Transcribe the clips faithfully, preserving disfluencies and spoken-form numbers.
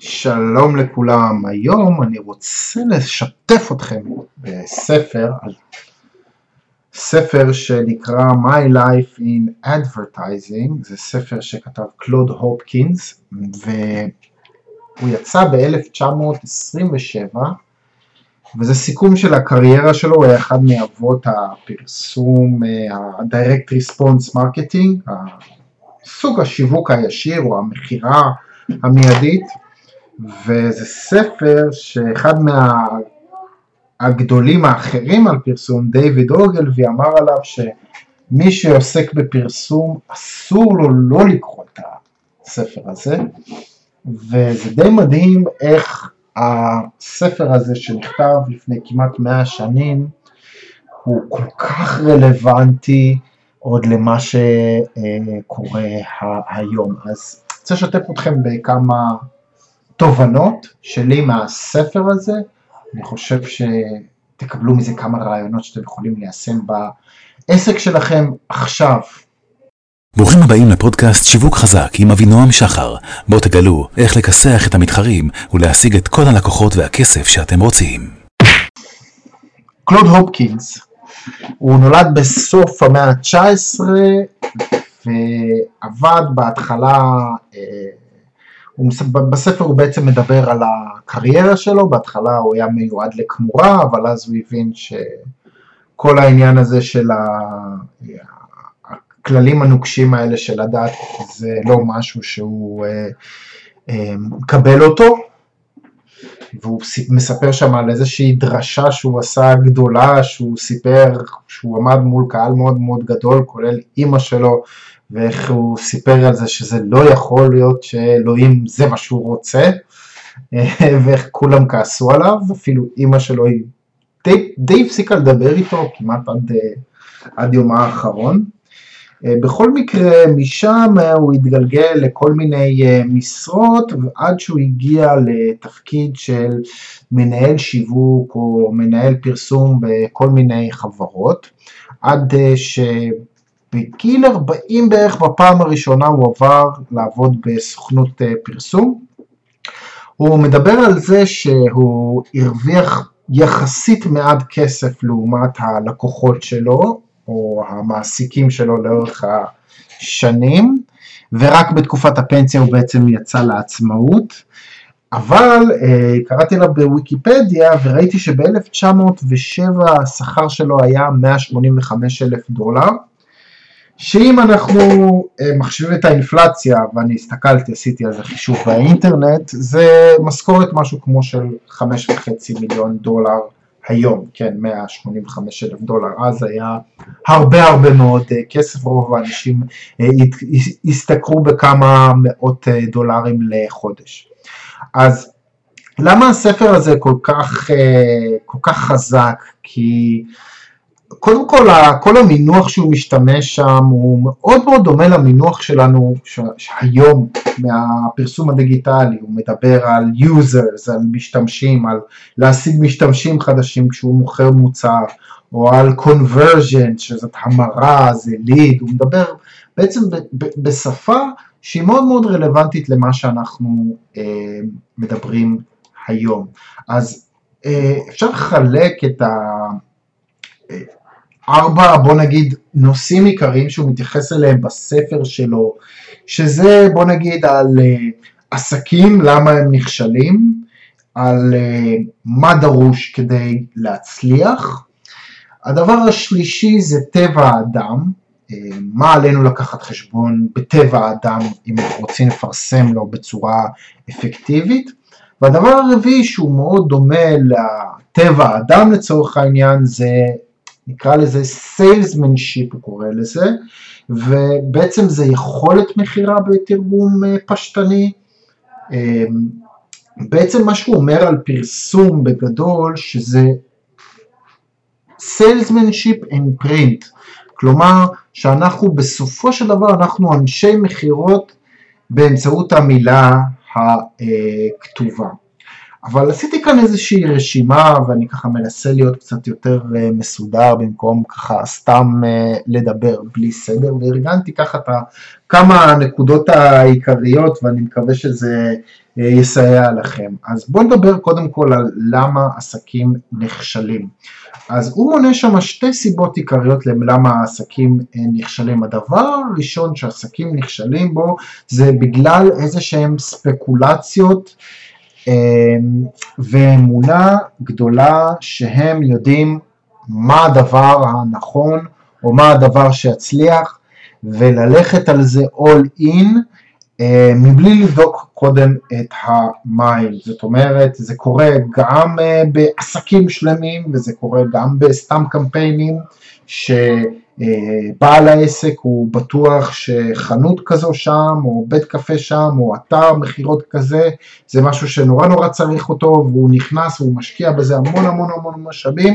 שלום לכולם, היום אני רוצה לשתף אתכם בספר, ספר שנקרא My Life in Advertising, זה ספר שכתב קלוד הופקינס, והוא יצא ב-אלף תשע מאות עשרים ושבע, וזה סיכום של הקריירה שלו. הוא היה אחד מאבות הפרסום, ה-Direct Response Marketing, סוג השיווק הישיר או המחירה המיידית, וזה ספר שאחד מהגדולים האחרים על פרסום, דיוויד אוגלווי, אמר עליו שמי שעוסק בפרסום אסור לו לא לקרוא את הספר הזה, וזה די מדהים איך הספר הזה שנכתב לפני כמעט מאה שנים הוא כל כך רלוונטי עוד למה שקורה היום. אז אני רוצה לשתף אתכם בכמה תובנות שלי מהספר הזה. אני חושב שתקבלו מזה כמה רעיונות שאתם יכולים ליישם בעסק שלכם עכשיו. ברוכים הבאים לפודקאסט שיווק חזק עם אבינועם שחר, בו תגלו איך לכסח את המתחרים ולהשיג את כל הלקוחות והכסף שאתם רוצים. קלוד הופקינס, הוא נולד בסוף המאה ה-תשע עשרה ועבד בהתחלה, בספר הוא בעצם מדבר על הקריירה שלו. בהתחלה הוא היה מיועד לכמורה, אבל אז הוא הבין שכל העניין הזה של הכללים הנוקשים האלה של הדת זה לא משהו שהוא מקבל אותו, והוא מספר שם על איזושהי דרשה שהוא עשה גדולה, שהוא סיפר שהוא עמד מול קהל מאוד מאוד גדול, כולל אמא שלו, ואיך הוא סיפר על זה שזה לא יכול להיות שאלוהים זה מה שהוא רוצה, ואיך כולם כעסו עליו, אפילו אמא שלו היא די, די הפסיקה לדבר איתו כמעט עד, עד יומה האחרון. בכל מקרה, משם הוא התגלגל לכל מיני משרות, ועד שהוא הגיע לתפקיד של מנהל שיווק או מנהל פרסום בכל מיני חברות, עד שבגיל ארבעים בערך בפעם הראשונה הוא עבר לעבוד בסוכנות פרסום. הוא מדבר על זה שהוא הרוויח יחסית מעט כסף לעומת הלקוחות שלו, או המעסיקים שלו לאורך השנים, ורק בתקופת הפנסיה הוא בעצם יצא לעצמאות. אבל אה, קראתי לה בוויקיפדיה וראיתי שב-אלף תשע מאות ושבע השכר שלו היה מאה שמונים וחמישה אלף דולר, שאם אנחנו אה, מחשבים את האינפלציה, ואני הסתכלתי, עשיתי על זה חישוב באינטרנט, זה משכורת משהו כמו של חמש וחצי מיליון דולר היום, כן, מאה שמונים וחמישה אלף דולר, אז היה הרבה הרבה מאוד כסף. רוב האנשים הסתכרו בכמה מאות דולרים לחודש. אז למה הספר הזה כל כך, כל כך חזק? כי קודם כל, כל המינוח שהוא משתמש שם הוא מאוד מאוד דומה למינוח שלנו היום מהפרסום הדיגיטלי. הוא מדבר על users, על משתמשים, על להשיג משתמשים חדשים כשהוא מוכר מוצר, או על conversion, שזאת המרה, זה lead. הוא מדבר בעצם בשפה שהיא מאוד מאוד רלוונטית למה שאנחנו אה, מדברים היום. אז אה, אפשר לחלק את ה... ארבע, בוא נגיד, נושאים עיקריים שהוא מתייחס אליהם בספר שלו, שזה בוא נגיד על uh, עסקים, למה הם נכשלים, על uh, מה דרוש כדי להצליח. הדבר השלישי זה טבע האדם, uh, מה עלינו לקחת חשבון בטבע האדם אם אנחנו רוצים לפרסם לו בצורה אפקטיבית. והדבר הרביעי שהוא מאוד דומה לטבע האדם לצורך העניין, זה נקרא לזה salesmanship, הוא קורא לזה, ובעצם זה יכולת מחירה בתרגום פשטני. בעצם מה שהוא אומר על פרסום בגדול, שזה salesmanship in print, כלומר שאנחנו בסופו של דבר אנחנו אנשי מחירות באמצעות המילה הכתובה. אבל עשיתי כאן איזושהי רשימה, ואני ככה מנסה להיות קצת יותר מסודר, במקום ככה סתם לדבר בלי סדר, וארגנתי ככה את כמה הנקודות העיקריות, ואני מקווה שזה יסייע לכם. אז בואו נדבר קודם כל על למה עסקים נכשלים. אז הוא מונה שם שתי סיבות עיקריות למה העסקים נכשלים. הדבר הראשון שעסקים נכשלים בו, זה בגלל איזה שהם ספקולציות, ואמונה גדולה שהם יודעים מה הדבר הנכון או מה הדבר שיצליח, וללכת על זה all in מבלי לבדוק קודם את המים. זאת אומרת, זה קורה גם בעסקים שלמים, וזה קורה גם בסתם קמפיינים שבעל העסק הוא בטוח שחנות כזו שם, או בית קפה שם, או אתר מחירות כזה, זה משהו שנורא נורא צריך אותו, והוא נכנס והוא משקיע בזה המון המון המון משאבים,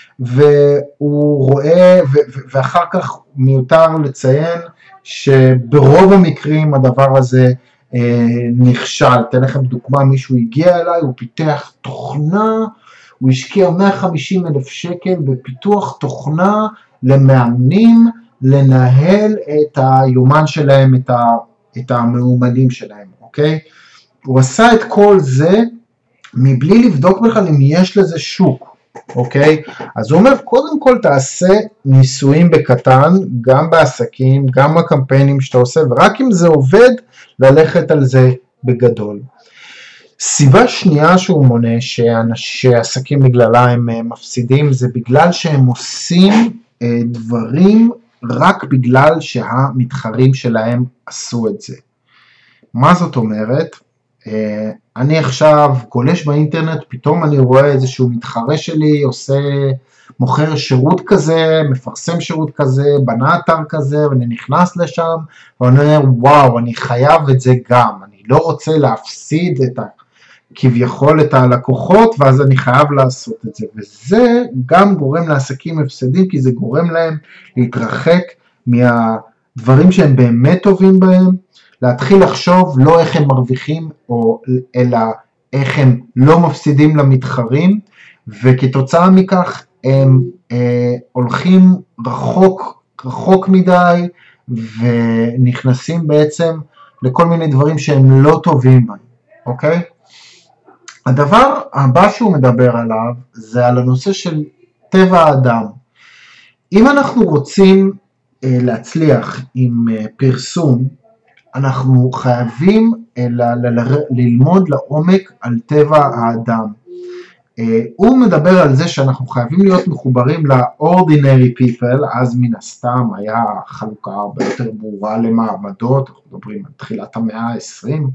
והוא רואה, ואחר כך מיותר לציין, שברוב המקרים הדבר הזה אה, נכשל. אתן לכם דוגמה, מישהו הגיע אליי, הוא פיתח תוכנה, הוא השקיע מאה וחמישים אלף שקל בפיתוח תוכנה למאמנים, לנהל את היומן שלהם, את, ה, את המאומנים שלהם, אוקיי? הוא עשה את כל זה מבלי לבדוק בכלל אם יש לזה שוק. אוקיי? אז הוא אומר, קודם כל תעשה ניסויים בקטן, גם בעסקים, גם בקמפיינים שאתה עושה, ורק אם זה עובד, ללכת על זה בגדול. סיבה שנייה שהוא מונה, שעסקים בגללה הם מפסידים, זה בגלל שהם עושים דברים רק בגלל שהמתחרים שלהם עשו את זה. מה זאת אומרת? אני עכשיו גולש באינטרנט, פתאום אני רואה איזשהו מתחרה שלי, עושה, מוכר שירות כזה, מפרסם שירות כזה, בנה אתר כזה, ואני נכנס לשם, ואני אומר, וואו, אני חייב את זה גם, אני לא רוצה להפסיד את ה, כביכול את הלקוחות, ואז אני חייב לעשות את זה, וזה גם גורם לעסקים הפסדים, כי זה גורם להם להתרחק מהדברים שהם באמת טובים בהם, להתחיל לחשוב לא איך הם מרוויחים, או, אלא איך הם לא מפסידים למתחרים, וכתוצאה מכך הם אה, הולכים רחוק, רחוק מדי, ונכנסים בעצם לכל מיני דברים שהם לא טובים בהם, אוקיי? הדבר הבא שהוא מדבר עליו, זה על הנושא של טבע האדם. אם אנחנו רוצים אה, להצליח עם אה, פרסום, אנחנו חייבים ללמוד לעומק על טבע האדם. הוא מדבר על זה שאנחנו חייבים להיות מחוברים ל-ordinary people, אז מן הסתם היה חלוקה הרבה יותר ברורה למעמדות, אנחנו מדברים על תחילת המאה ה-עשרים,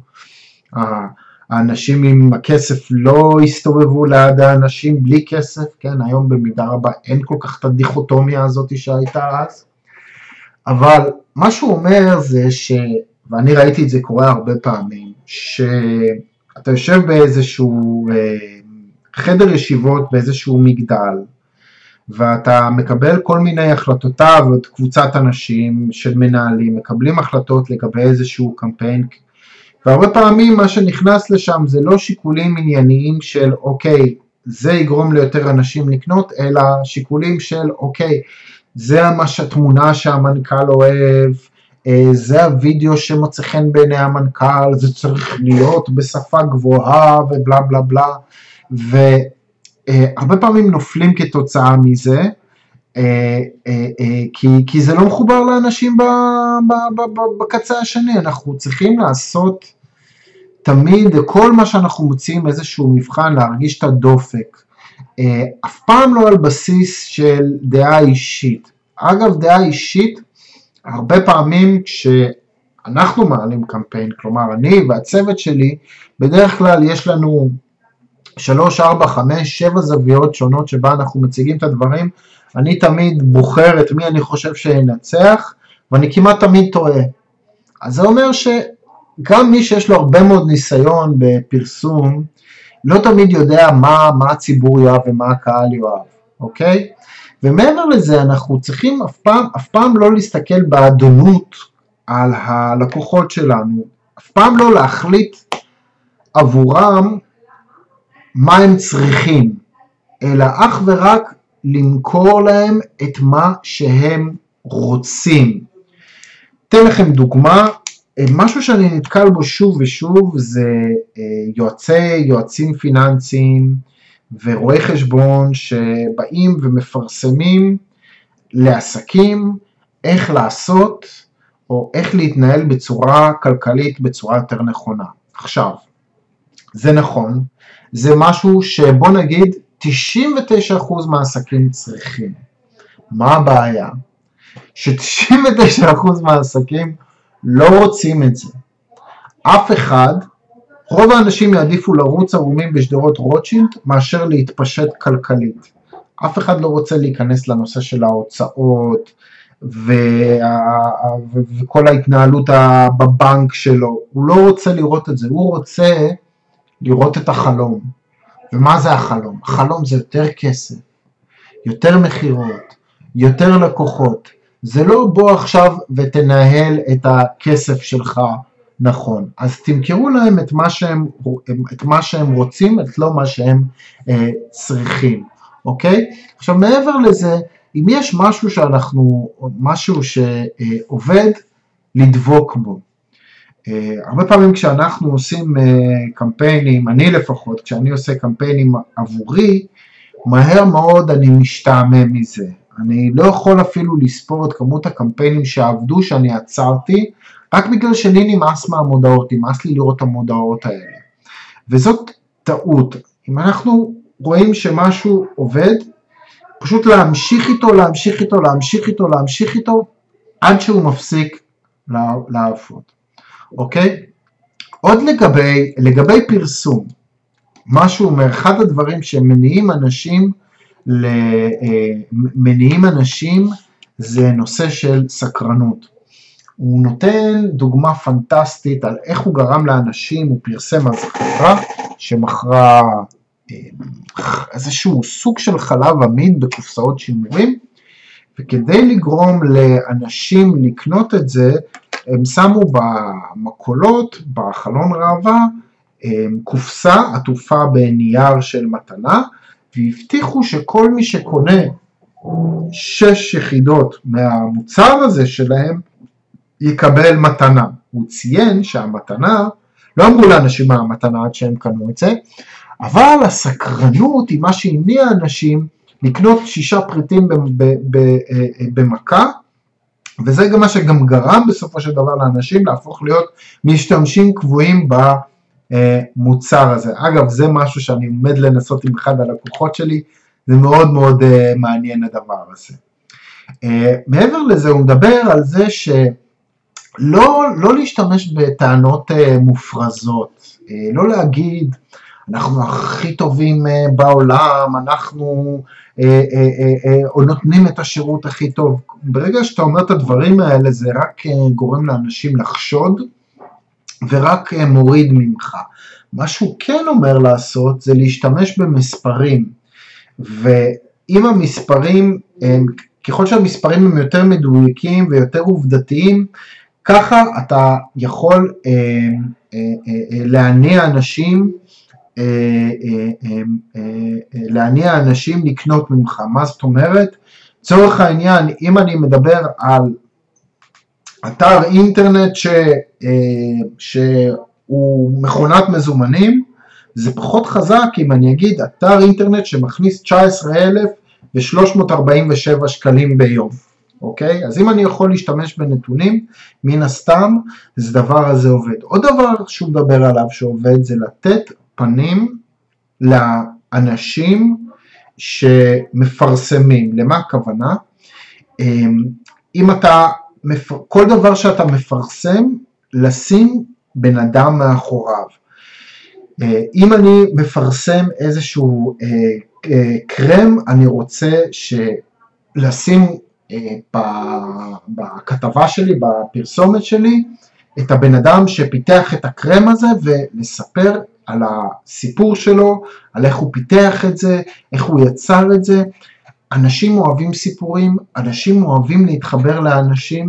האנשים עם הכסף לא הסתובבו ליד האנשים בלי כסף, כן, היום במידה רבה אין כל כך את הדיכוטומיה הזאת שהייתה אז, אבל מה שהוא אומר זה ש... ואני ראיתי את זה קורה הרבה פעמים, שאתה יושב באיזשהו חדר ישיבות, באיזשהו מגדל, ואתה מקבל כל מיני החלטותיו, ואת קבוצת אנשים של מנהלים, מקבלים החלטות לגבי איזשהו קמפיין, והרבה פעמים מה שנכנס לשם זה לא שיקולים ענייניים של אוקיי, זה יגרום ליותר אנשים לקנות, אלא שיקולים של אוקיי, זה מה שהתמונה שהמנכ"ל אוהב, זה הוידאו שמוצא חן בעיני המנכ"ל, זה צריך להיות בשפה גבוהה ובלה בלה בלה, והרבה פעמים נופלים כתוצאה מזה, כי, כי זה לא מחובר לאנשים בקצה השני. אנחנו צריכים לעשות תמיד, כל מה שאנחנו מוצאים איזשהו מבחן, להרגיש את הדופק, אף פעם לא על בסיס של דעה אישית. אגב, דעה אישית, הרבה פעמים כשאנחנו מעלים קמפיין, כלומר אני והצוות שלי, בדרך כלל יש לנו שלוש, ארבע, חמש, שבע זוויות שונות שבה אנחנו מציגים את הדברים, אני תמיד בוחר את מי אני חושב שינצח, ואני כמעט תמיד טועה. אז זה אומר שגם מי שיש לו הרבה מאוד ניסיון בפרסום, לא תמיד יודע מה, מה הציבור יאהב ומה הקהל יאהב, אוקיי? ומעבר לזה אנחנו צריכים אף פעם, אף פעם לא להסתכל באדונות על הלקוחות שלנו, אף פעם לא להחליט עבורם מה הם צריכים, אלא אך ורק למכור להם את מה שהם רוצים. אתן לכם דוגמה, משהו שאני נתקל בו שוב ושוב זה יועצי, יועצים פיננסיים ורואי חשבון שבאים ומפרסמים לעסקים איך לעשות או איך להתנהל בצורה כלכלית בצורה יותר נכונה. עכשיו, זה נכון, זה משהו שבוא נגיד תשעים ותשעה אחוז מהעסקים צריכים. מה הבעיה? ש-תשעים ותשעה אחוז מהעסקים לא רוצים את זה. אף אחד, רוב האנשים יעדיפו לרוץ ערומים בשדרות רוטשילד מאשר להתפשט כלכלית. אף אחד לא רוצה להיכנס לנושא של ההוצאות וה... וכל ההתנהלות בבנק שלו. הוא לא רוצה לראות את זה, הוא רוצה לראות את החלום. ומה זה החלום? החלום זה יותר כסף, יותר מחירות, יותר לקוחות. זה לא בוא עכשיו ותנהל את הכסף שלך נכון. אז תמכרו להם את מה שהם, את מה שהם רוצים, את לא מה שהם אה, צריכים. אוקיי? עכשיו מעבר לזה, אם יש משהו שאנחנו, משהו שעובד, לדבוק בו. Uh, הרבה פעמים כשאנחנו עושים uh, קמפיינים, אני לפחות, כשאני עושה קמפיינים עבורי, מהר מאוד אני משתעמם מזה. אני לא יכול אפילו לספור את כמות הקמפיינים שעבדו שאני עצרתי, רק בגלל שלי נמאס מהמודעות, נמאס לי לראות את המודעות האלה. וזאת טעות. אם אנחנו רואים שמשהו עובד, פשוט להמשיך איתו, להמשיך איתו, להמשיך איתו, להמשיך איתו, עד שהוא מפסיק לעבוד. אוקיי? עוד לגבי, לגבי פרסום, משהו אומר, אחד הדברים שמניעים אנשים, מניעים אנשים זה נושא של סקרנות. הוא נותן דוגמה פנטסטית על איך הוא גרם לאנשים, הוא פרסם על חברה שמכרה איזשהו סוג של חלב עמיד בקופסאות שימורים, וכדי לגרום לאנשים לקנות את זה, הם שמו במקולות, בחלון ראווה, קופסה עטופה בנייר של מתנה, והבטיחו שכל מי שקונה שש יחידות מהמוצר הזה שלהם, יקבל מתנה. הוא ציין שהמתנה, לא אמרו לאנשים מה המתנה עד שהם קנו את זה, אבל הסקרנות היא מה שהניע אנשים לקנות שישה פריטים במכה, וזה גם מה שגם גרם בסופו של דבר לאנשים להפוך להיות משתמשים קבועים במוצר הזה. אגב, זה משהו שאני עומד לנסות עם אחד הלקוחות שלי, זה מאוד מאוד מעניין הדבר הזה. מעבר לזה, הוא מדבר על זה שלא לא להשתמש בטענות מופרזות, לא להגיד, אנחנו הכי טובים בעולם, אנחנו נותנים את השירות הכי טוב. ברגע שאתה אומר את הדברים האלה, זה רק גורם לאנשים לחשוד, ורק מוריד ממך. מה שהוא כן אומר לעשות, זה להשתמש במספרים, ואם המספרים, ככל שהמספרים הם יותר מדויקים ויותר עובדתיים, ככה אתה יכול להניע אנשים, להניע אנשים לקנות ממך. מה זאת אומרת? צורך העניין, אם אני מדבר על אתר אינטרנט ש, שהוא מכונת מזומנים, זה פחות חזק אם אני אגיד אתר אינטרנט שמכניס תשעה עשר אלף ושלוש מאות ארבעים ושבע שקלים ביום. אוקיי? אז אם אני יכול להשתמש בנתונים, מן הסתם, זה דבר הזה עובד. עוד דבר שהוא מדבר עליו שעובד, זה לתת פנים לאנשים שמפרסמים. למה הכוונה? אם אתה, כל דבר שאתה מפרסם, לשים בן אדם מאחוריו. אם אני מפרסם איזשהו קרם, אני רוצה לשים בכתבה שלי, בפרסומת שלי, את הבן אדם שפיתח את הקרם הזה, ולספר על הסיפור שלו, על איך הוא פיתח את זה, איך הוא יצר את זה. אנשים אוהבים סיפורים, אנשים אוהבים להתחבר לאנשים,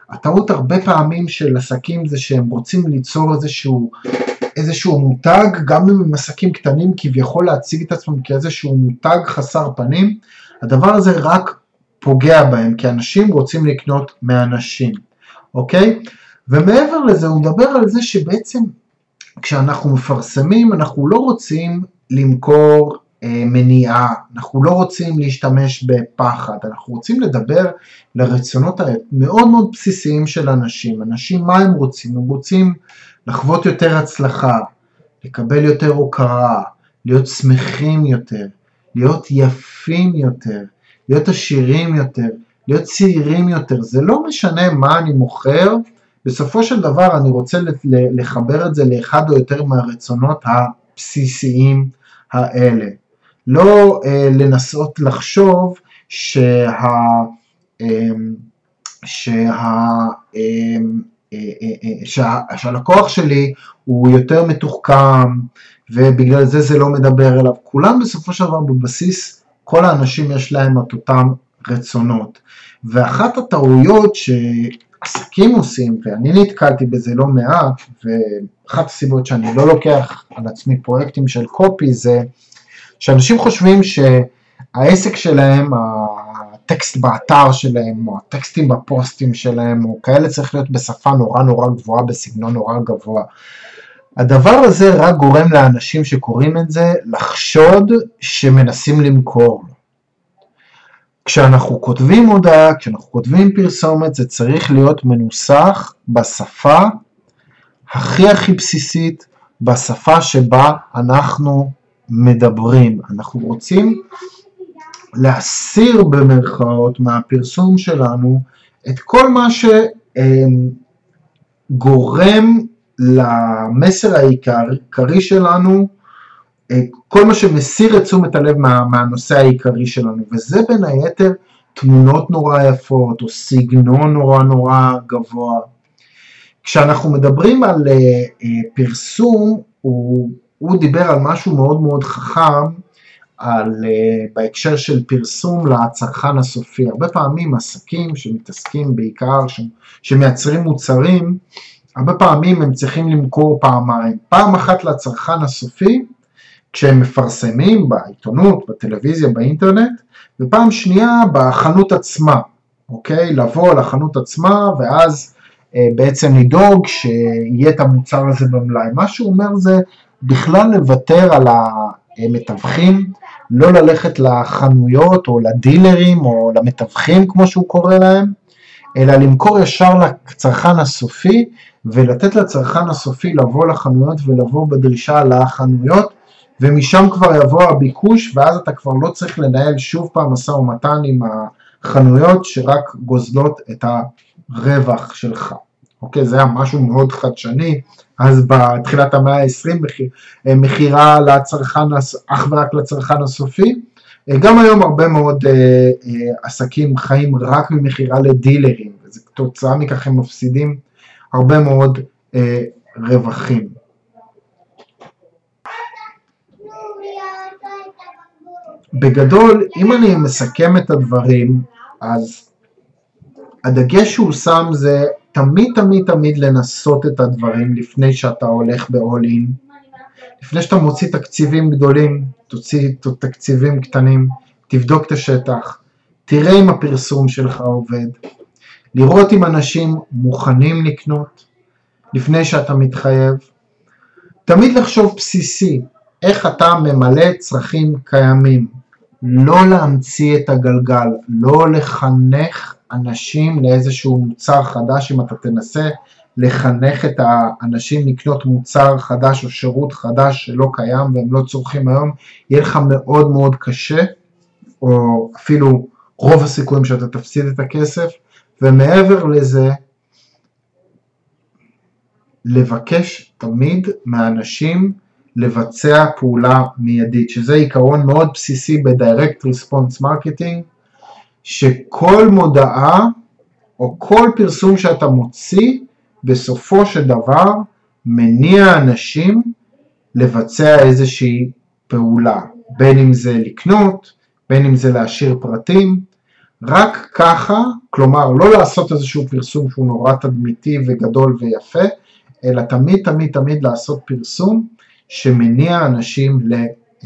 הטעות הרבה פעמים של עסקים זה שהם רוצים ליצור איזשהו, איזשהו מותג, גם אם הם עסקים קטנים כביכול להציג את עצמם כאיזשהו מותג חסר פנים, הדבר הזה רק פוגע בהם, כי אנשים רוצים לקנות מאנשים, אוקיי? ומעבר לזה הוא מדבר על זה שבעצם כשאנחנו מפרסמים אנחנו לא רוצים למכור אה, מניעה, אנחנו לא רוצים להשתמש בפחד, אנחנו רוצים לדבר לרצונות המאוד מאוד בסיסיים של אנשים. אנשים מה הם רוצים? הם רוצים לחוות יותר הצלחה, לקבל יותר הוקרה, להיות שמחים יותר, להיות יפים יותר, להיות עשירים יותר, להיות צעירים יותר. זה לא משנה מה אני מוכר, בסופו של דבר אני רוצה לחבר את זה לאחד או יותר מהרצונות הבסיסיים האלה. לא אה, לנסות לחשוב שה, אה, שה, אה, אה, אה, שה, שהלקוח שלי הוא יותר מתוחכם, ובגלל זה זה לא מדבר אליו. כולם בסופו של דבר בבסיס, כל האנשים יש להם את אותם רצונות. ואחת הטעויות שעסקים עושים, ואני נתקלתי בזה לא מעט, ואחת הסיבות שאני לא לוקח על עצמי פרויקטים של קופי, זה שאנשים חושבים שהעסק שלהם, הטקסט באתר שלהם, או הטקסטים בפוסטים שלהם, או כאלה צריך להיות בשפה נורא נורא גבוהה, בסגנון נורא גבוה. הדבר הזה רק גורם לאנשים שקוראים את זה לחשוד שמנסים למכור. כשאנחנו כותבים הודעה, כשאנחנו כותבים פרסומת, זה צריך להיות מנוסח בשפה הכי הכי בסיסית, בשפה שבה אנחנו מדברים. אנחנו רוצים להסיר במרכאות מהפרסום שלנו את כל מה שגורם למסר העיקרי שלנו, כל מה שמסיר את תשומת הלב מה, מהנושא העיקרי שלנו, וזה בין היתר תמונות נורא יפות, או סגנון נורא נורא גבוה. כשאנחנו מדברים על uh, פרסום, הוא, הוא דיבר על משהו מאוד מאוד חכם, על, uh, בהקשר של פרסום לצרכן הסופי. הרבה פעמים עסקים שמתעסקים בעיקר, ש, שמייצרים מוצרים, הרבה פעמים הם צריכים למכור פעמיים. פעם אחת לצרכן הסופי, כשהם מפרסמים בעיתונות, בטלוויזיה, באינטרנט, ופעם שנייה בחנות עצמה, אוקיי? לבוא לחנות עצמה, ואז אה, בעצם לדאוג שיהיה את המוצר הזה במלאי. מה שהוא אומר זה בכלל לוותר על המתווכים, לא ללכת לחנויות או לדילרים או למתווכים כמו שהוא קורא להם, אלא למכור ישר לצרכן הסופי, ולתת לצרכן הסופי לבוא לחנויות ולבוא בדרישה לחנויות, ומשם כבר יבוא הביקוש, ואז אתה כבר לא צריך לנהל שוב פעם משא ומתן עם החנויות שרק גוזלות את הרווח שלך. אוקיי, זה היה משהו מאוד חדשני, אז בתחילת המאה ה-עשרים מחירה לצרכן, אך ורק לצרכן הסופי. גם היום הרבה מאוד עסקים חיים רק ממחירה לדילרים, וזה תוצאה מכך הם מפסידים הרבה מאוד רווחים. בגדול, אם אני מסכם את הדברים, אז הדגש שהוא שם זה תמיד תמיד תמיד לנסות את הדברים לפני שאתה הולך ב-all in, לפני שאתה מוציא תקציבים גדולים, תוציא תקציבים קטנים, תבדוק את השטח, תראה אם הפרסום שלך עובד, לראות אם אנשים מוכנים לקנות, לפני שאתה מתחייב, תמיד לחשוב בסיסי, איך אתה ממלא צרכים קיימים, לא להמציא את הגלגל, לא לחנך אנשים לאיזשהו מוצר חדש. אם אתה תנסה לחנך את האנשים לקנות מוצר חדש או שירות חדש שלא קיים והם לא צורכים היום, יהיה לך מאוד מאוד קשה, או אפילו רוב הסיכויים שאתה תפסיד את הכסף. ומעבר לזה, לבקש תמיד מהאנשים לבצע פעולה מיידית, שזה עיקרון מאוד בסיסי ב-Direct Response Marketing, שכל מודעה או כל פרסום שאתה מוציא, בסופו של דבר מניע אנשים לבצע איזושהי פעולה, בין אם זה לקנות, בין אם זה להשאיר פרטים, רק ככה, כלומר לא לעשות איזשהו פרסום שהוא נורא תדמיתי וגדול ויפה, אלא תמיד תמיד תמיד לעשות פרסום שמניע אנשים ל...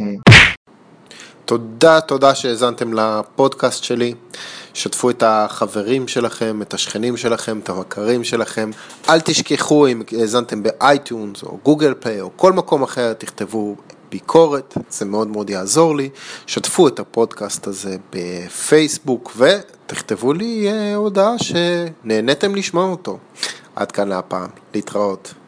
תודה, תודה שהזנתם לפודקאסט שלי. שתפו את החברים שלכם, את השכנים שלכם, את המכרים שלכם. אל תשכחו, אם הזנתם באייטיונס או גוגל פליי או כל מקום אחר, תכתבו ביקורת, זה מאוד מאוד יעזור לי. שתפו את הפודקאסט הזה בפייסבוק ותכתבו לי הודעה שנהניתם לשמוע אותו. עד כאן להפעם, להתראות.